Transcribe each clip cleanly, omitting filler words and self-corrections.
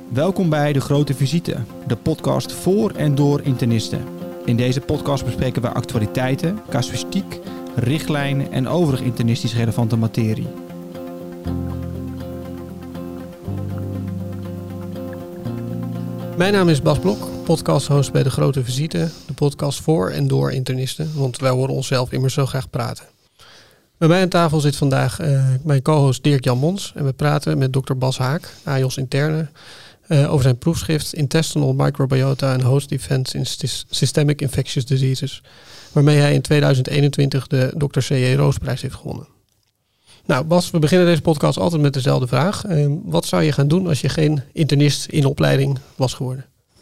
Welkom bij De Grote Visite, de podcast voor en door internisten. In deze podcast bespreken we actualiteiten, casuïstiek, richtlijnen en overig internistisch relevante materie. Mijn naam is Bas Blok, podcasthost bij De Grote Visite, de podcast voor en door internisten, want wij horen onszelf immers zo graag praten. Bij mij aan tafel zit vandaag mijn co-host Dirk-Jan Mons en we praten met dokter Bas Haak, AJOS interne, over zijn proefschrift Intestinal Microbiota and Host Defense in Systemic Infectious Diseases, waarmee hij in 2021 de Dr. C.J. Roosprijs heeft gewonnen. Nou Bas, we beginnen deze podcast altijd met dezelfde vraag. Wat zou je gaan doen als je geen internist in opleiding was geworden?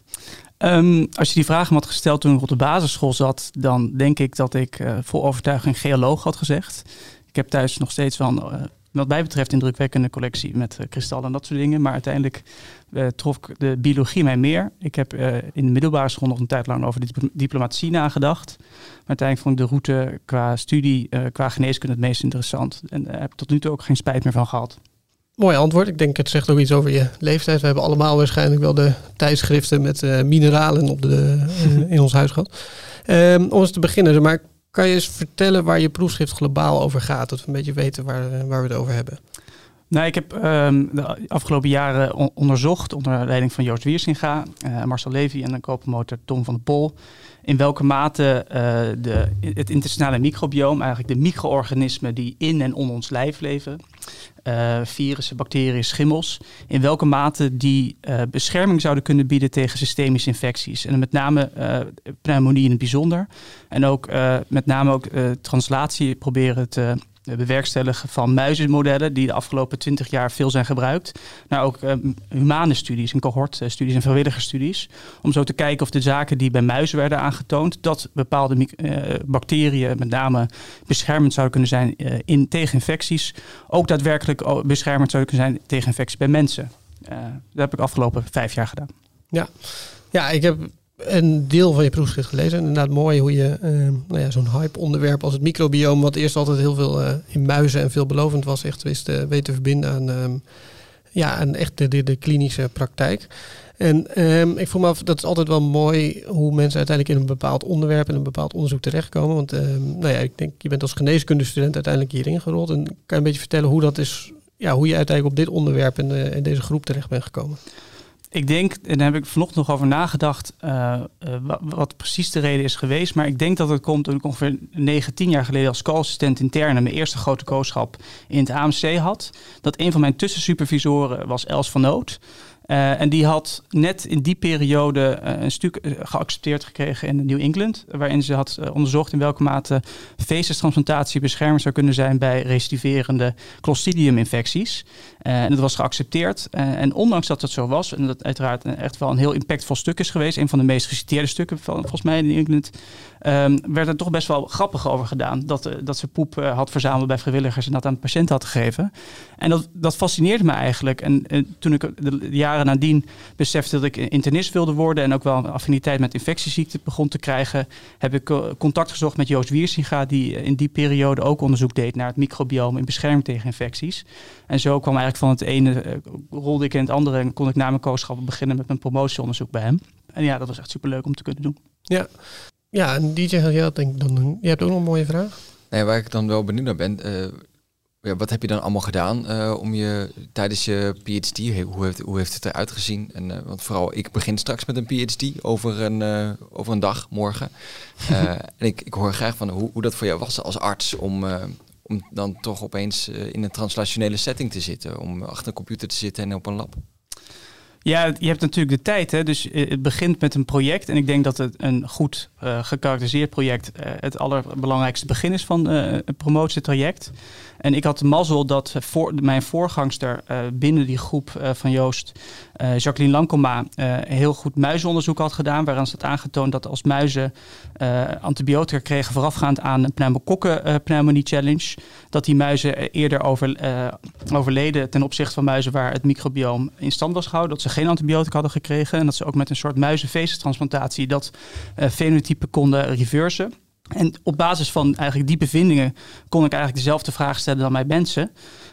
Als je die vraag me had gesteld toen ik op de basisschool zat, dan denk ik dat ik vol overtuiging geoloog had gezegd. Ik heb thuis nog steeds wel wat mij betreft een indrukwekkende collectie met kristallen en dat soort dingen. Maar uiteindelijk trof de biologie mij meer. Ik heb in de middelbare school nog een tijd lang over de diplomatie nagedacht. Maar uiteindelijk vond ik de route qua studie, qua geneeskunde het meest interessant. En daar heb ik tot nu toe ook geen spijt meer van gehad. Mooi antwoord. Ik denk het zegt ook iets over je leeftijd. We hebben allemaal waarschijnlijk wel de tijdschriften met mineralen in ons huis gehad. Om eens te beginnen, maar kan je eens vertellen waar je proefschrift globaal over gaat? Dat we een beetje weten waar we het over hebben. Nou, ik heb de afgelopen jaren onderzocht onder leiding van Joost Wiersinga, Marcel Levy en de co-promotor Tom van der Pol, in welke mate het intestinale microbioom, eigenlijk de micro-organismen die in en om ons lijf leven, virussen, bacteriën, schimmels, in welke mate die bescherming zouden kunnen bieden tegen systemische infecties. En met name pneumonie in het bijzonder. En ook met name ook translatie proberen te bewerkstelligen van muizenmodellen die de afgelopen 20 jaar veel zijn gebruikt. Naar ook humane studies en cohortstudies en vrijwilligersstudies. Om zo te kijken of de zaken die bij muizen werden aangetoond, dat bepaalde bacteriën met name beschermend zouden kunnen zijn tegen infecties. Ook daadwerkelijk beschermend zouden kunnen zijn tegen infecties bij mensen. Dat heb ik afgelopen 5 jaar gedaan. Ja, ik heb een deel van je proefschrift gelezen. Inderdaad mooi hoe je zo'n hype onderwerp als het microbioom, wat eerst altijd heel veel in muizen en veelbelovend was, echt weet te verbinden aan echt de klinische praktijk. En ik voel me af, dat is altijd wel mooi hoe mensen uiteindelijk in een bepaald onderwerp en een bepaald onderzoek terechtkomen. Want ik denk, je bent als geneeskundestudent uiteindelijk hierin gerold. En kan je een beetje vertellen hoe dat is, hoe je uiteindelijk op dit onderwerp in deze groep terecht bent gekomen? Ik denk, en daar heb ik vanochtend nog over nagedacht, wat precies de reden is geweest. Maar ik denk dat het komt toen ik ongeveer 9-10 jaar geleden als co-assistent interne mijn eerste grote co-schap in het AMC had. Dat een van mijn tussensupervisoren was Els van Noot. En die had net in die periode een stuk geaccepteerd gekregen in New England, waarin ze had onderzocht in welke mate feestestransplantatie beschermend zou kunnen zijn bij recidiverende Clostridium-infecties. En dat was geaccepteerd. En ondanks dat het zo was, en dat uiteraard echt wel een heel impactvol stuk is geweest, een van de meest geciteerde stukken volgens mij in New England, werd er toch best wel grappig over gedaan dat ze poep had verzameld bij vrijwilligers en dat aan de patiënt had gegeven. En dat fascineerde me eigenlijk. En toen ik de jaren nadien besefte dat ik internist wilde worden en ook wel een affiniteit met infectieziekten begon te krijgen, heb ik contact gezocht met Joost Wiersinga, die in die periode ook onderzoek deed naar het microbioom in bescherming tegen infecties. En zo kwam eigenlijk van het ene, rolde ik in het andere en kon ik na mijn co-schap beginnen met mijn promotieonderzoek bij hem. En ja, dat was echt superleuk om te kunnen doen. Ja, en DJ, je hebt ook nog een mooie vraag. Nee, waar ik dan wel benieuwd naar ben, wat heb je dan allemaal gedaan tijdens je PhD? Hoe heeft het eruit gezien? En, want vooral, ik begin straks met een PhD over een dag, morgen. En ik hoor graag van hoe dat voor jou was als arts om dan toch opeens in een translationele setting te zitten, om achter een computer te zitten en op een lab. Ja, je hebt natuurlijk de tijd. Hè? Dus het begint met een project. En ik denk dat het een goed gekarakteriseerd project het allerbelangrijkste begin is van het promotietraject. En ik had de mazzel dat mijn voorgangster binnen die groep van Joost, Jacqueline Lankoma, heel goed muizenonderzoek had gedaan. Waarin ze had aangetoond dat als muizen antibiotica kregen voorafgaand aan een pneumokokken-pneumonie challenge, dat die muizen eerder overleden ten opzichte van muizen waar het microbioom in stand was gehouden. Dat ze geen antibiotica hadden gekregen. En dat ze ook met een soort muizenveesttransplantatie dat fenotype konden reversen. En op basis van eigenlijk die bevindingen kon ik eigenlijk dezelfde vraag stellen dan bij mensen.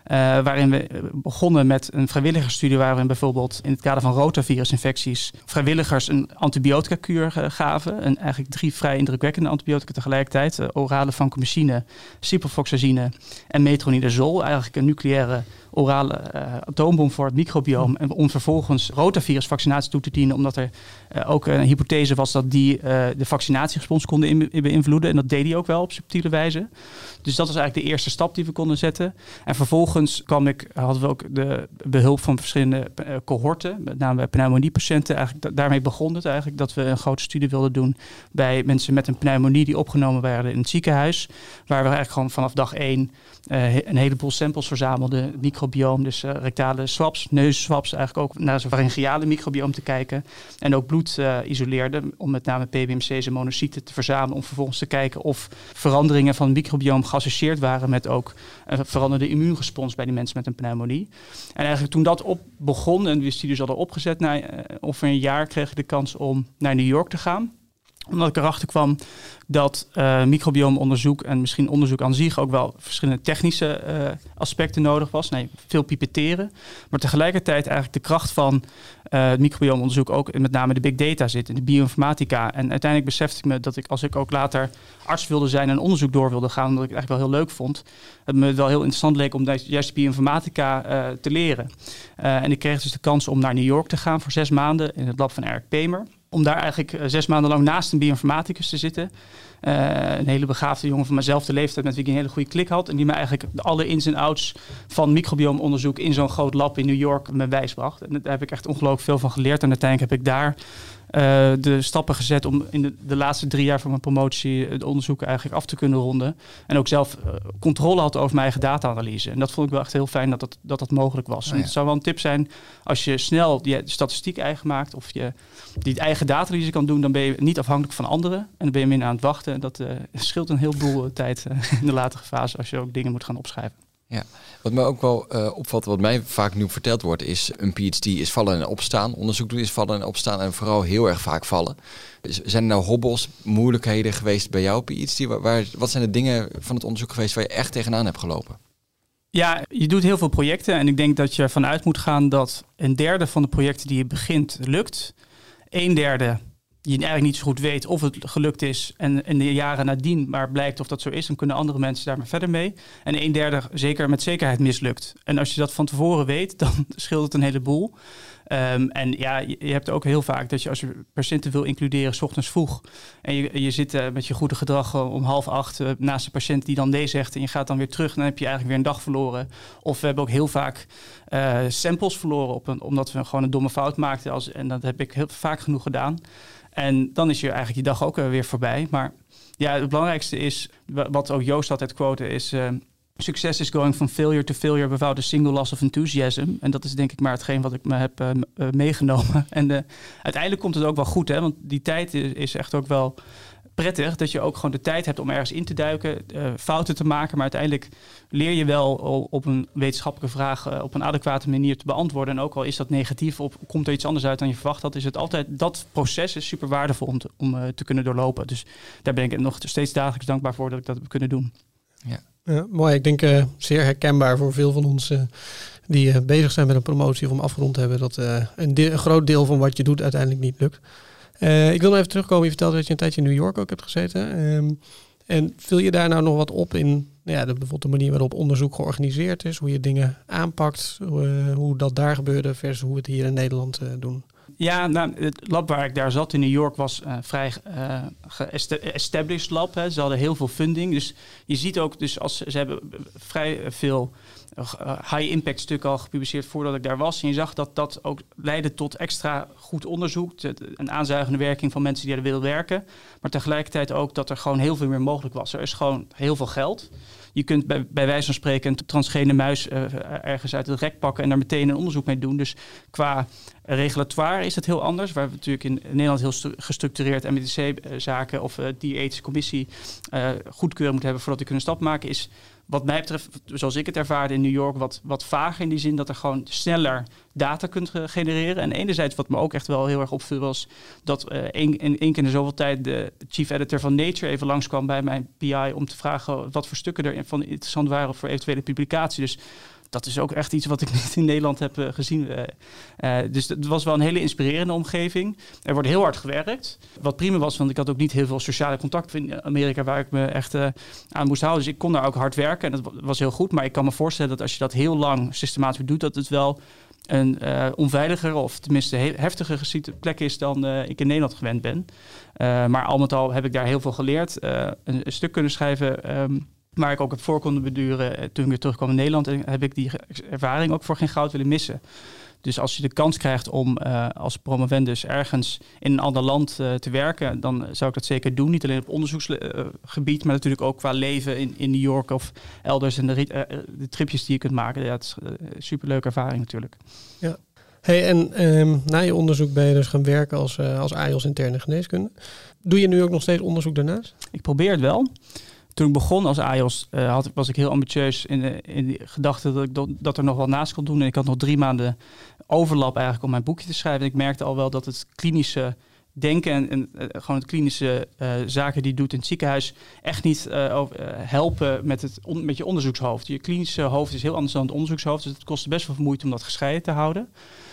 Waarin we begonnen met een vrijwilligersstudie waarin bijvoorbeeld in het kader van rotavirusinfecties vrijwilligers een antibiotica-kuur gaven. En eigenlijk 3 vrij indrukwekkende antibiotica tegelijkertijd. Orale vancomycine, ciprofloxacine en metronidazol. Eigenlijk een nucleaire orale atoombom voor het microbioom. En om vervolgens rotavirusvaccinatie toe te dienen, omdat er ook een hypothese was dat die de vaccinatierespons konden beïnvloeden. En dat deed hij ook wel op subtiele wijze. Dus dat was eigenlijk de eerste stap die we konden zetten. En vervolgens hadden we ook de behulp van verschillende cohorten, met name bij pneumoniepatiënten. Eigenlijk daarmee begon het eigenlijk dat we een grote studie wilden doen bij mensen met een pneumonie die opgenomen werden in het ziekenhuis. Waar we eigenlijk gewoon vanaf dag 1 een heleboel samples verzamelden. Microbioom, dus rectale swabs, neusswabs, eigenlijk ook naar zo'n pharyngeale microbioom te kijken. En ook bloed isoleerden om met name PBMC's en monocyten te verzamelen. Om vervolgens te kijken of veranderingen van het microbioom geassocieerd waren met ook een veranderde immuunrespons bij die mensen met een pneumonie. En eigenlijk toen dat begon en die studies hadden opgezet, na ongeveer een jaar kreeg ik de kans om naar New York te gaan. Omdat ik erachter kwam dat microbiomonderzoek en misschien onderzoek aan zich ook wel verschillende technische aspecten nodig was. Veel pipetteren. Maar tegelijkertijd eigenlijk de kracht van het microbiomonderzoek ook met name de big data zit, in de bioinformatica. En uiteindelijk besefte ik me dat als ik ook later arts wilde zijn en onderzoek door wilde gaan, omdat ik het eigenlijk wel heel leuk vond, het me wel heel interessant leek om juist de bioinformatica te leren. En ik kreeg dus de kans om naar New York te gaan voor 6 maanden in het lab van Eric Pemer. Om daar eigenlijk 6 maanden lang naast een bioinformaticus te zitten. Een hele begaafde jongen van mijnzelfde leeftijd met wie ik een hele goede klik had. En die me eigenlijk alle ins en outs van microbiomonderzoek in zo'n groot lab in New York me wijsbracht. En daar heb ik echt ongelooflijk veel van geleerd. En uiteindelijk heb ik daar de stappen gezet om in de laatste 3 jaar van mijn promotie het onderzoek eigenlijk af te kunnen ronden. En ook zelf controle had over mijn eigen data-analyse. En dat vond ik wel echt heel fijn dat mogelijk was. En het zou wel een tip zijn, als je snel die statistiek eigen maakt of je die eigen data-analyse kan doen, dan ben je niet afhankelijk van anderen. En dan ben je minder aan het wachten. En dat scheelt een heleboel tijd in de latere fase als je ook dingen moet gaan opschrijven. Ja, wat mij ook wel opvalt, wat mij vaak nu verteld wordt, is een PhD is vallen en opstaan. Onderzoek doen is vallen en opstaan en vooral heel erg vaak vallen. Zijn er nou hobbels, moeilijkheden geweest bij jouw PhD? Wat zijn de dingen van het onderzoek geweest waar je echt tegenaan hebt gelopen? Ja, je doet heel veel projecten en ik denk dat je ervan uit moet gaan dat 1/3 van de projecten die je begint lukt. 1/3 je eigenlijk niet zo goed weet of het gelukt is en in de jaren nadien maar blijkt of dat zo is, dan kunnen andere mensen daar maar verder mee. En 1/3 zeker met zekerheid mislukt. En als je dat van tevoren weet, dan scheelt het een heleboel. En ja, je hebt ook heel vaak dat je als je patiënten wil includeren 's ochtends vroeg en je zit met je goede gedrag om 7:30 naast de patiënt die dan nee zegt en je gaat dan weer terug, dan heb je eigenlijk weer een dag verloren. Of we hebben ook heel vaak samples verloren omdat we gewoon een domme fout maakten en dat heb ik heel vaak genoeg gedaan. En dan is eigenlijk je dag ook weer voorbij. Maar ja, het belangrijkste is, wat ook Joost altijd quote, is success is going from failure to failure without a single loss of enthusiasm. En dat is denk ik maar hetgeen wat ik me heb meegenomen. En uiteindelijk komt het ook wel goed, hè? Want die tijd is echt ook wel prettig. Dat je ook gewoon de tijd hebt om ergens in te duiken, fouten te maken. Maar uiteindelijk leer je wel op een wetenschappelijke vraag op een adequate manier te beantwoorden. En ook al is dat negatief of komt er iets anders uit dan je verwacht had, is het altijd, dat proces is super waardevol om te kunnen doorlopen. Dus daar ben ik nog steeds dagelijks dankbaar voor dat ik dat heb kunnen doen. Ja. Mooi, ik denk zeer herkenbaar voor veel van ons die bezig zijn met een promotie of hem afgerond hebben, dat een groot deel van wat je doet uiteindelijk niet lukt. Ik wil nog even terugkomen. Je vertelde dat je een tijdje in New York ook hebt gezeten. En viel je daar nou nog wat op in bijvoorbeeld de manier waarop onderzoek georganiseerd is, hoe je dingen aanpakt, hoe dat daar gebeurde versus hoe we het hier in Nederland doen? Ja, nou, het lab waar ik daar zat in New York was vrij established lab. Hè. Ze hadden heel veel funding. Dus je ziet ook, ze hebben vrij veel high-impact stukken al gepubliceerd voordat ik daar was. En je zag dat ook leidde tot extra goed onderzoek. Een aanzuigende werking van mensen die er willen werken. Maar tegelijkertijd ook dat er gewoon heel veel meer mogelijk was. Er is gewoon heel veel geld. Je kunt bij wijze van spreken een transgene muis ergens uit het rek pakken en daar meteen een onderzoek mee doen. Dus qua regulatoire is het heel anders. Waar we natuurlijk in Nederland heel gestructureerd MDC-zaken of die ethische commissie goedkeuring moeten hebben voordat we kunnen een stap maken, is wat mij betreft, zoals ik het ervaarde in New York, wat vager in die zin dat er gewoon sneller data kunt genereren. En enerzijds wat me ook echt wel heel erg opviel was dat één keer in zoveel tijd de chief editor van Nature even langskwam bij mijn PI om te vragen wat voor stukken er van interessant waren voor eventuele publicatie. Dus dat is ook echt iets wat ik niet in Nederland heb gezien. Dus het was wel een hele inspirerende omgeving. Er wordt heel hard gewerkt. Wat prima was, want ik had ook niet heel veel sociale contacten in Amerika waar ik me echt aan moest houden. Dus ik kon daar ook hard werken en dat was heel goed. Maar ik kan me voorstellen dat als je dat heel lang systematisch doet, dat het wel een onveiliger of tenminste heftiger plek is dan ik in Nederland gewend ben. Maar al met al heb ik daar heel veel geleerd. Een stuk kunnen schrijven waar ik ook heb voor konden beduren toen ik weer terugkwam in Nederland. En heb ik die ervaring ook voor geen goud willen missen. Dus als je de kans krijgt om als promovendus ergens in een ander land te werken, dan zou ik dat zeker doen. Niet alleen op onderzoeksgebied, maar natuurlijk ook qua leven in New York of elders. En de tripjes die je kunt maken. Ja, het is een superleuke ervaring natuurlijk. Ja. Hey, en na je onderzoek ben je dus gaan werken als AIOS interne geneeskunde. Doe je nu ook nog steeds onderzoek daarnaast? Ik probeer het wel. Toen ik begon als AIOS was ik heel ambitieus in de gedachte dat er nog wat naast kon doen. En ik had nog 3 maanden overlap eigenlijk om mijn boekje te schrijven. En ik merkte al wel dat het klinische denken en gewoon het klinische zaken die je doet in het ziekenhuis echt niet helpen met je onderzoekshoofd. Je klinische hoofd is heel anders dan het onderzoekshoofd. Dus het kostte best wel moeite om dat gescheiden te houden.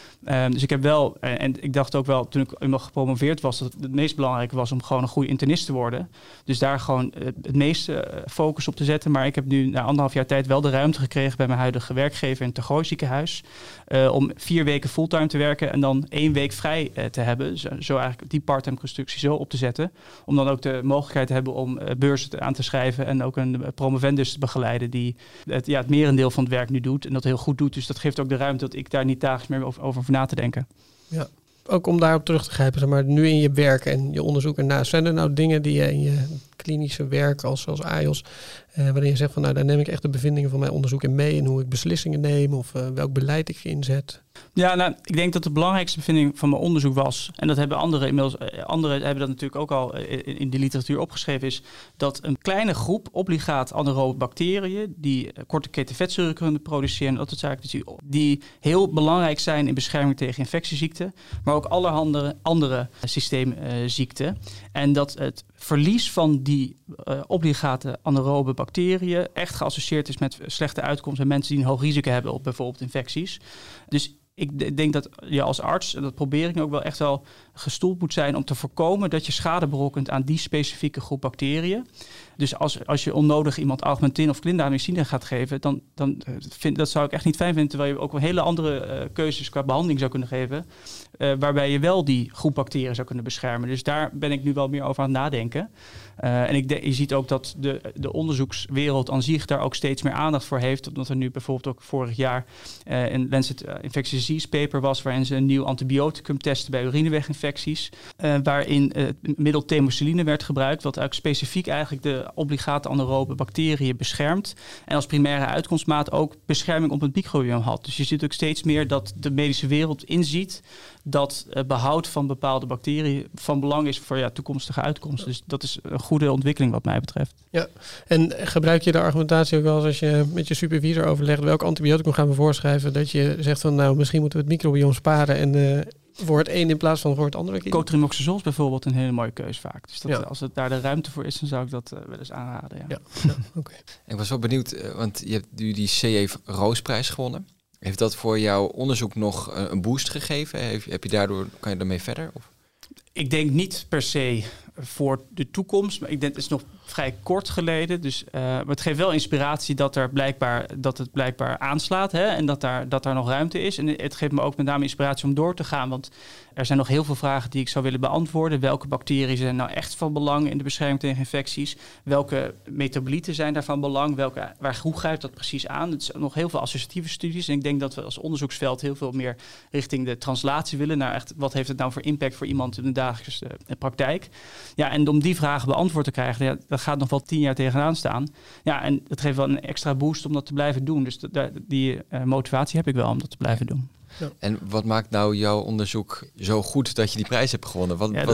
Dus ik heb wel, en ik dacht ook wel toen ik eenmaal gepromoveerd was, dat het meest belangrijke was om gewoon een goede internist te worden. Dus daar gewoon het meeste focus op te zetten. Maar ik heb nu na 1,5 jaar tijd wel de ruimte gekregen bij mijn huidige werkgever in het Tergooi ziekenhuis. Om 4 weken fulltime te werken en dan 1 week vrij te hebben. Zo eigenlijk die parttime constructie zo op te zetten. Om dan ook de mogelijkheid te hebben om beurzen aan te schrijven en ook een promovendus te begeleiden die het merendeel van het werk nu doet en dat heel goed doet. Dus dat geeft ook de ruimte dat ik daar niet dagelijks meer over na te denken. Ja, ook om daarop terug te grijpen, zeg maar, nu in je werk en je onderzoek ernaast. Zijn er nou dingen die je in je klinische werk als AIOS, waarin je zegt van daar neem ik echt de bevindingen van mijn onderzoek in mee en hoe ik beslissingen neem of welk beleid ik inzet? Ja, ik denk dat de belangrijkste bevinding van mijn onderzoek was, en dat hebben anderen hebben dat natuurlijk ook al in de literatuur opgeschreven, is dat een kleine groep obligaat anaerobe bacteriën die korte keten vetzuren kunnen produceren, dat soort zaken, die heel belangrijk zijn in bescherming tegen infectieziekten, maar ook allerhande andere systeemziekten. En dat het verlies van die obligate anaerobe bacteriën echt geassocieerd is met slechte uitkomsten bij mensen die een hoog risico hebben op bijvoorbeeld infecties. Dus ik denk dat je als arts, en dat probeer ik ook wel echt wel gestoeld moet zijn om te voorkomen dat je schade berokkent aan die specifieke groep bacteriën. Dus als je onnodig iemand augmentin of clindamycine gaat geven, dat zou ik echt niet fijn vinden, terwijl je ook wel hele andere keuzes qua behandeling zou kunnen geven, waarbij je wel die groep bacteriën zou kunnen beschermen. Dus daar ben ik nu wel meer over aan het nadenken. En je ziet ook dat de onderzoekswereld aan zich daar ook steeds meer aandacht voor heeft. Omdat er nu bijvoorbeeld ook vorig jaar een Lancet Infectious Disease paper was, waarin ze een nieuw antibioticum testen bij urineweginfecties. Waarin het middel temosiline werd gebruikt, wat eigenlijk specifiek eigenlijk de obligate anaerobe bacteriën beschermt. En als primaire uitkomstmaat ook bescherming op het microbiome had. Dus je ziet ook steeds meer dat de medische wereld inziet dat behoud van bepaalde bacteriën van belang is voor toekomstige uitkomsten. Dus dat is een goede ontwikkeling wat mij betreft. Ja, en gebruik je de argumentatie ook wel eens als je met je supervisor overlegt welk antibioticum gaan we voorschrijven, dat je zegt van misschien moeten we het microbiome sparen en voor het een in plaats van voor het andere kiezen? Cotrimoxazol is bijvoorbeeld een hele mooie keus vaak. Dus als het daar de ruimte voor is, dan zou ik dat wel eens aanraden. Ja. Okay. Ik was wel benieuwd, want je hebt nu die CE Roosprijs gewonnen. Heeft dat voor jouw onderzoek nog een boost gegeven? Kan je daarmee verder? Of? Ik denk niet per se voor de toekomst, maar ik denk het is nog vrij kort geleden. Dus, maar het geeft wel inspiratie dat het blijkbaar aanslaat, hè, en dat daar nog ruimte is. En het geeft me ook met name inspiratie om door te gaan, want er zijn nog heel veel vragen die ik zou willen beantwoorden. Welke bacteriën zijn nou echt van belang in de bescherming tegen infecties? Welke metabolieten zijn daar van belang? Hoe grijpt dat precies aan? Het zijn nog heel veel associatieve studies. En ik denk dat we als onderzoeksveld heel veel meer richting de translatie willen. Naar echt, wat heeft het nou voor impact voor iemand in de dagelijkse praktijk? Ja, en om die vragen beantwoord te krijgen, dat gaat nog wel 10 jaar tegenaan staan. Ja, en dat geeft wel een extra boost om dat te blijven doen. Dus die motivatie heb ik wel om dat te blijven doen. Ja. En wat maakt nou jouw onderzoek zo goed dat je die prijs hebt gewonnen?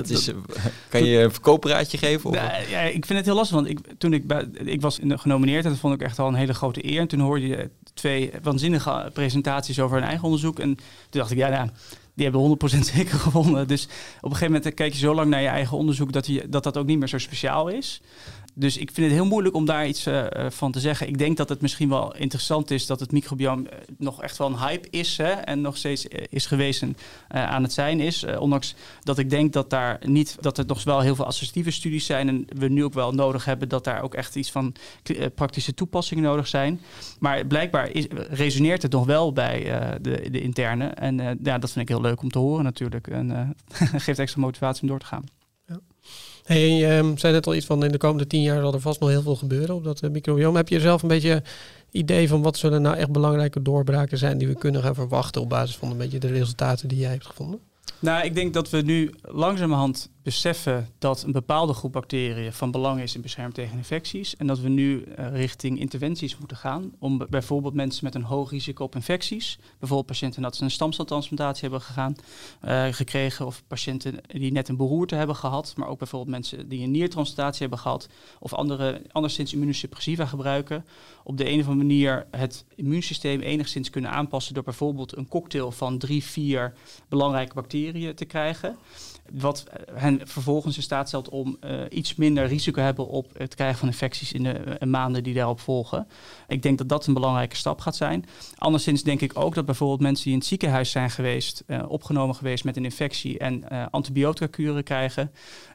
Kan je een verkooppraatje geven? Of? Ja, ik vind het heel lastig, want toen ik was genomineerd en dat vond ik echt al een hele grote eer. En toen hoorde je 2 waanzinnige presentaties over hun eigen onderzoek. En toen dacht ik, die hebben 100% zeker gewonnen. Dus op een gegeven moment kijk je zo lang naar je eigen onderzoek dat ook niet meer zo speciaal is. Dus ik vind het heel moeilijk om daar iets van te zeggen. Ik denk dat het misschien wel interessant is dat het microbioom nog echt wel een hype is. Hè, en nog steeds is gewezen aan het zijn is. Ondanks dat ik denk dat er nog wel heel veel associatieve studies zijn. En we nu ook wel nodig hebben dat daar ook echt iets van praktische toepassingen nodig zijn. Maar blijkbaar resoneert het nog wel bij de interne. En dat vind ik heel leuk om te horen natuurlijk. En geeft extra motivatie om door te gaan. Hey, je zei net al iets van in de komende 10 jaar zal er vast nog heel veel gebeuren op dat microbioom. Heb je zelf een beetje idee van wat zullen nou echt belangrijke doorbraken zijn die we kunnen gaan verwachten op basis van een beetje de resultaten die jij hebt gevonden? Nou, ik denk dat we nu langzamerhand beseffen dat een bepaalde groep bacteriën van belang is in bescherming tegen infecties. En dat we nu richting interventies moeten gaan om bijvoorbeeld mensen met een hoog risico op infecties, bijvoorbeeld patiënten dat ze een stamceltransplantatie hebben gekregen of patiënten die net een beroerte hebben gehad, maar ook bijvoorbeeld mensen die een niertransplantatie hebben gehad of anderszins immunosuppressiva gebruiken. Op de een of andere manier het immuunsysteem enigszins kunnen aanpassen door bijvoorbeeld een cocktail van 3-4 belangrijke bacteriën te krijgen. Wat hen vervolgens in staat stelt om iets minder risico hebben op het krijgen van infecties in de maanden die daarop volgen. Ik denk dat dat een belangrijke stap gaat zijn. Anderszins denk ik ook dat bijvoorbeeld mensen die in het ziekenhuis zijn geweest, opgenomen geweest met een infectie en antibiotica kuren krijgen.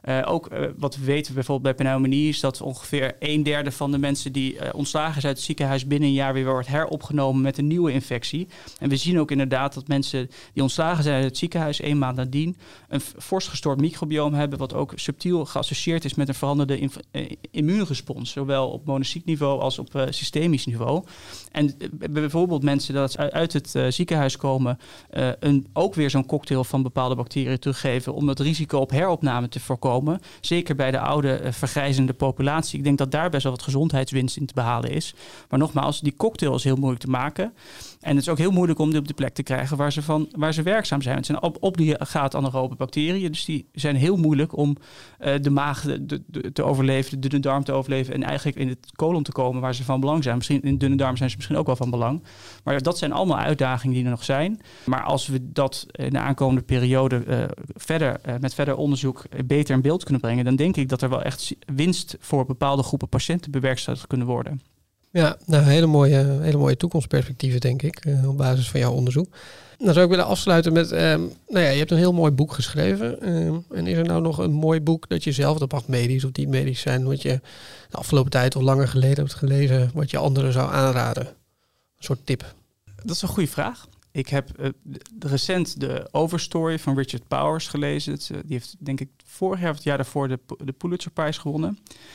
Wat we weten bijvoorbeeld bij pneumonie is dat ongeveer 1/3 van de mensen die ontslagen zijn uit het ziekenhuis binnen een jaar weer wordt heropgenomen met een nieuwe infectie. En we zien ook inderdaad dat mensen die ontslagen zijn uit het ziekenhuis 1 maand nadien een fors gestoord microbioom hebben, wat ook subtiel geassocieerd is met een veranderde immuunrespons, zowel op monocyt niveau als op systemisch niveau. En bijvoorbeeld mensen dat uit het ziekenhuis komen ook weer zo'n cocktail van bepaalde bacteriën teruggeven om het risico op heropname te voorkomen. Zeker bij de oude vergrijzende populatie. Ik denk dat daar best wel wat gezondheidswinst in te behalen is. Maar nogmaals, die cocktail is heel moeilijk te maken. En het is ook heel moeilijk om die op de plek te krijgen waar ze werkzaam zijn. Het zijn obligaat anaerobe bacteriën, dus die zijn heel moeilijk om de maag te overleven, de dunne darm te overleven en eigenlijk in het colon te komen waar ze van belang zijn. Misschien in de dunne darm zijn ze misschien ook wel van belang. Maar dat zijn allemaal uitdagingen die er nog zijn. Maar als we dat in de aankomende periode met verder onderzoek beter in beeld kunnen brengen, dan denk ik dat er wel echt winst voor bepaalde groepen patiënten bewerkstelligd kunnen worden. Ja, nou, hele mooie toekomstperspectieven, denk ik, op basis van jouw onderzoek. Dan zou ik willen afsluiten met, je hebt een heel mooi boek geschreven. En is er nou nog een mooi boek dat je zelf, dat mag medisch of niet medisch zijn, wat je de afgelopen tijd of langer geleden hebt gelezen, wat je anderen zou aanraden? Een soort tip. Dat is een goede vraag. Ik heb recent de Overstory van Richard Powers gelezen. Die heeft, denk ik, vorig jaar of het jaar daarvoor de Pulitzerprijs gewonnen.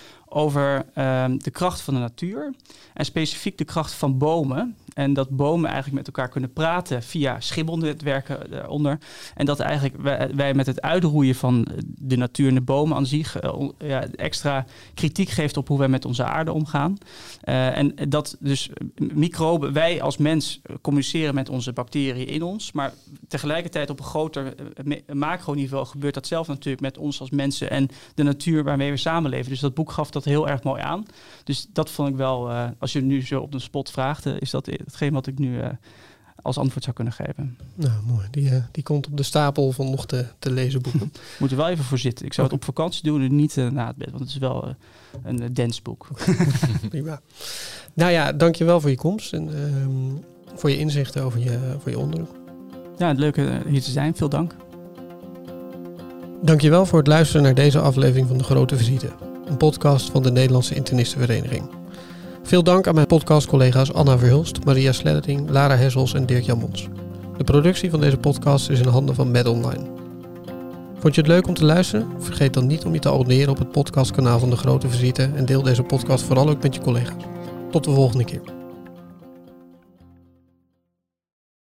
Over de kracht van de natuur en specifiek de kracht van bomen. En dat bomen eigenlijk met elkaar kunnen praten via schibbelnetwerken daaronder. En dat eigenlijk wij met het uitroeien van de natuur en de bomen aan zich extra kritiek geeft op hoe wij met onze aarde omgaan. En dat dus microben, wij als mens communiceren met onze bacteriën in ons. Maar tegelijkertijd op een groter macroniveau gebeurt dat zelf natuurlijk met ons als mensen en de natuur waarmee we samenleven. Dus dat boek gaf dat heel erg mooi aan. Dus dat vond ik wel, als je nu zo op de spot vraagt, is dat hetgeen wat ik nu als antwoord zou kunnen geven. Nou, mooi. Die komt op de stapel van nog te lezen boeken. Moet er wel even voor zitten. Ik zou het op vakantie doen en niet na het bed, want het is wel een dense boek. Prima. Nou ja, dankjewel voor je komst en voor je inzichten over je onderzoek. Ja, het leuke hier te zijn. Veel dank. Dankjewel voor het luisteren naar deze aflevering van De Grote Visite, een podcast van de Nederlandse Internistenvereniging. Veel dank aan mijn podcastcollega's Anna Verhulst, Maria Sleddering, Lara Hessels en Dirk-Jan Mons. De productie van deze podcast is in handen van Med Online. Vond je het leuk om te luisteren? Vergeet dan niet om je te abonneren op het podcastkanaal van De Grote Visite en deel deze podcast vooral ook met je collega's. Tot de volgende keer.